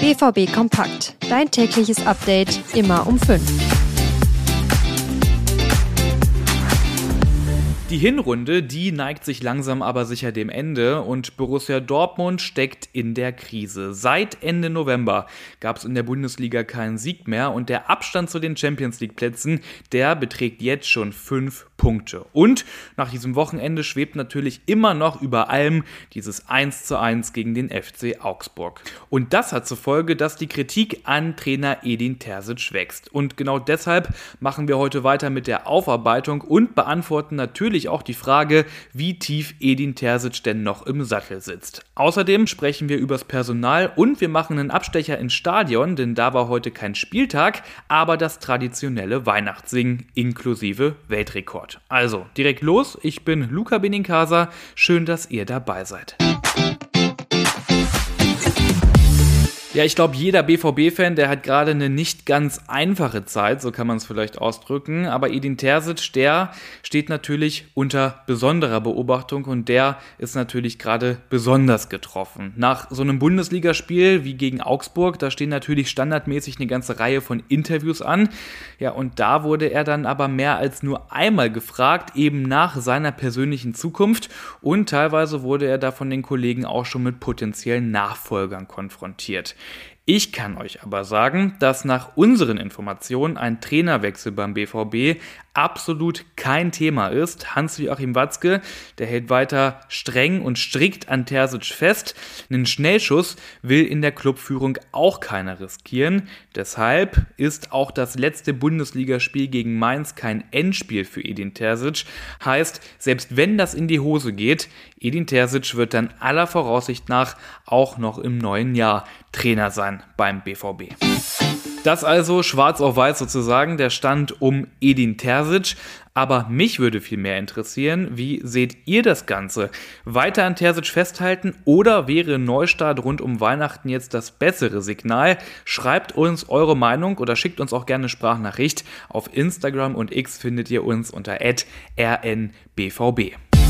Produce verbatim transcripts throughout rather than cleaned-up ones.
B V B Kompakt. Dein tägliches Update immer um fünf. Die Hinrunde, die neigt sich langsam aber sicher dem Ende und Borussia Dortmund steckt in der Krise. Seit Ende November gab es in der Bundesliga keinen Sieg mehr und der Abstand zu den Champions-League-Plätzen, der beträgt jetzt schon fünf Punkte. Und nach diesem Wochenende schwebt natürlich immer noch über allem dieses eins zu eins gegen den F C Augsburg. Und das hat zur Folge, dass die Kritik an Trainer Edin Terzic wächst. Und genau deshalb machen wir heute weiter mit der Aufarbeitung und beantworten natürlich auch die Frage, wie tief Edin Terzic denn noch im Sattel sitzt. Außerdem sprechen wir übers Personal und wir machen einen Abstecher ins Stadion, denn da war heute kein Spieltag, aber das traditionelle Weihnachtssingen inklusive Weltrekord. Also, direkt los, ich bin Luca Benincasa, schön, dass ihr dabei seid. Ja, ich glaube, jeder B V B-Fan, der hat gerade eine nicht ganz einfache Zeit, so kann man es vielleicht ausdrücken, aber Edin Terzic, der steht natürlich unter besonderer Beobachtung und der ist natürlich gerade besonders getroffen. Nach so einem Bundesligaspiel wie gegen Augsburg, da stehen natürlich standardmäßig eine ganze Reihe von Interviews an. Ja, und da wurde er dann aber mehr als nur einmal gefragt, eben nach seiner persönlichen Zukunft und teilweise wurde er da von den Kollegen auch schon mit potenziellen Nachfolgern konfrontiert. Ich kann euch aber sagen, dass nach unseren Informationen ein Trainerwechsel beim B V B absolut kein Thema ist. Hans-Joachim Watzke, der hält weiter streng und strikt an Terzic fest. Einen Schnellschuss will in der Clubführung auch keiner riskieren. Deshalb ist auch das letzte Bundesligaspiel gegen Mainz kein Endspiel für Edin Terzic. Heißt, selbst wenn das in die Hose geht, Edin Terzic wird dann aller Voraussicht nach auch noch im neuen Jahr Trainer sein beim B V B. Das also schwarz auf weiß sozusagen der Stand um Edin Terzic. Aber mich würde viel mehr interessieren, wie seht ihr das Ganze? Weiter an Terzic festhalten oder wäre Neustart rund um Weihnachten jetzt das bessere Signal? Schreibt uns eure Meinung oder schickt uns auch gerne eine Sprachnachricht. Auf Instagram und X findet ihr uns unter at r n b v b.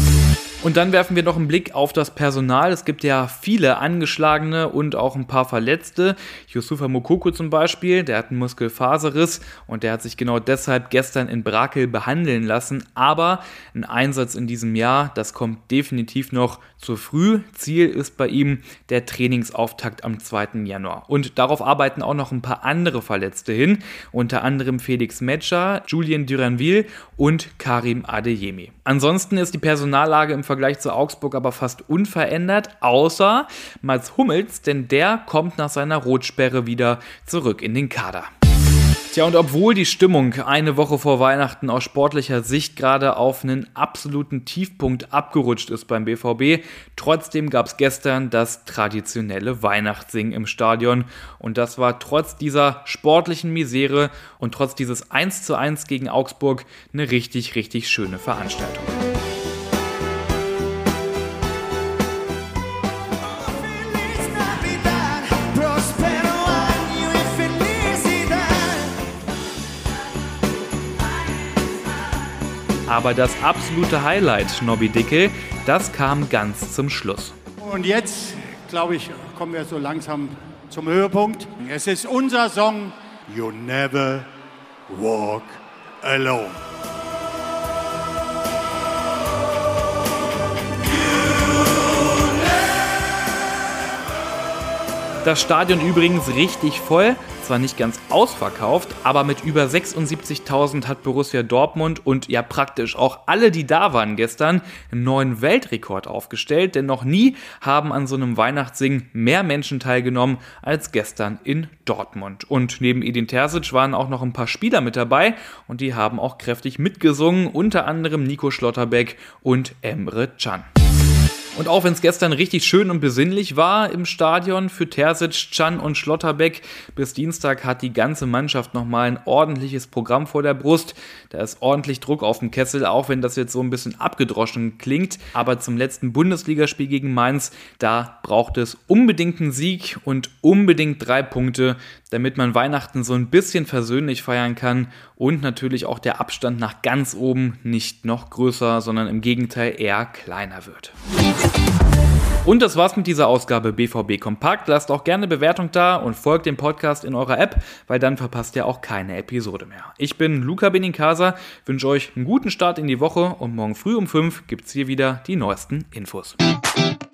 Und dann werfen wir noch einen Blick auf das Personal. Es gibt ja viele Angeschlagene und auch ein paar Verletzte. Youssoufa Moukoko zum Beispiel, der hat einen Muskelfaserriss und der hat sich genau deshalb gestern in Brakel behandeln lassen. Aber ein Einsatz in diesem Jahr, das kommt definitiv noch zu früh. Ziel ist bei ihm der Trainingsauftakt am zweiten Januar. Und darauf arbeiten auch noch ein paar andere Verletzte hin. Unter anderem Felix Metscher, Julien Duranville und Karim Adeyemi. Ansonsten ist die Personallage im Vergleich zu Augsburg aber fast unverändert, außer Mats Hummels, denn der kommt nach seiner Rotsperre wieder zurück in den Kader. Tja, und obwohl die Stimmung eine Woche vor Weihnachten aus sportlicher Sicht gerade auf einen absoluten Tiefpunkt abgerutscht ist beim B V B, trotzdem gab es gestern das traditionelle Weihnachtssingen im Stadion und das war trotz dieser sportlichen Misere und trotz dieses eins zu eins gegen Augsburg eine richtig, richtig schöne Veranstaltung. Aber das absolute Highlight, Nobby Dickel, das kam ganz zum Schluss. Und jetzt, glaube ich, kommen wir so langsam zum Höhepunkt. Es ist unser Song You Never Walk Alone. Das Stadion übrigens richtig voll, zwar nicht ganz ausverkauft, aber mit über sechsundsiebzigtausend hat Borussia Dortmund und ja praktisch auch alle, die da waren gestern, einen neuen Weltrekord aufgestellt, denn noch nie haben an so einem Weihnachtssingen mehr Menschen teilgenommen als gestern in Dortmund. Und neben Edin Terzic waren auch noch ein paar Spieler mit dabei und die haben auch kräftig mitgesungen, unter anderem Nico Schlotterbeck und Emre Can. Und auch wenn es gestern richtig schön und besinnlich war im Stadion für Terzic, Can und Schlotterbeck, bis Dienstag hat die ganze Mannschaft nochmal ein ordentliches Programm vor der Brust. Da ist ordentlich Druck auf dem Kessel, auch wenn das jetzt so ein bisschen abgedroschen klingt. Aber zum letzten Bundesligaspiel gegen Mainz, da braucht es unbedingt einen Sieg und unbedingt drei Punkte, damit man Weihnachten so ein bisschen versöhnlich feiern kann und natürlich auch der Abstand nach ganz oben nicht noch größer, sondern im Gegenteil eher kleiner wird. Und das war's mit dieser Ausgabe B V B Kompakt. Lasst auch gerne Bewertung da und folgt dem Podcast in eurer App, weil dann verpasst ihr auch keine Episode mehr. Ich bin Luca Benincasa, wünsche euch einen guten Start in die Woche und morgen früh um fünf gibt's hier wieder die neuesten Infos.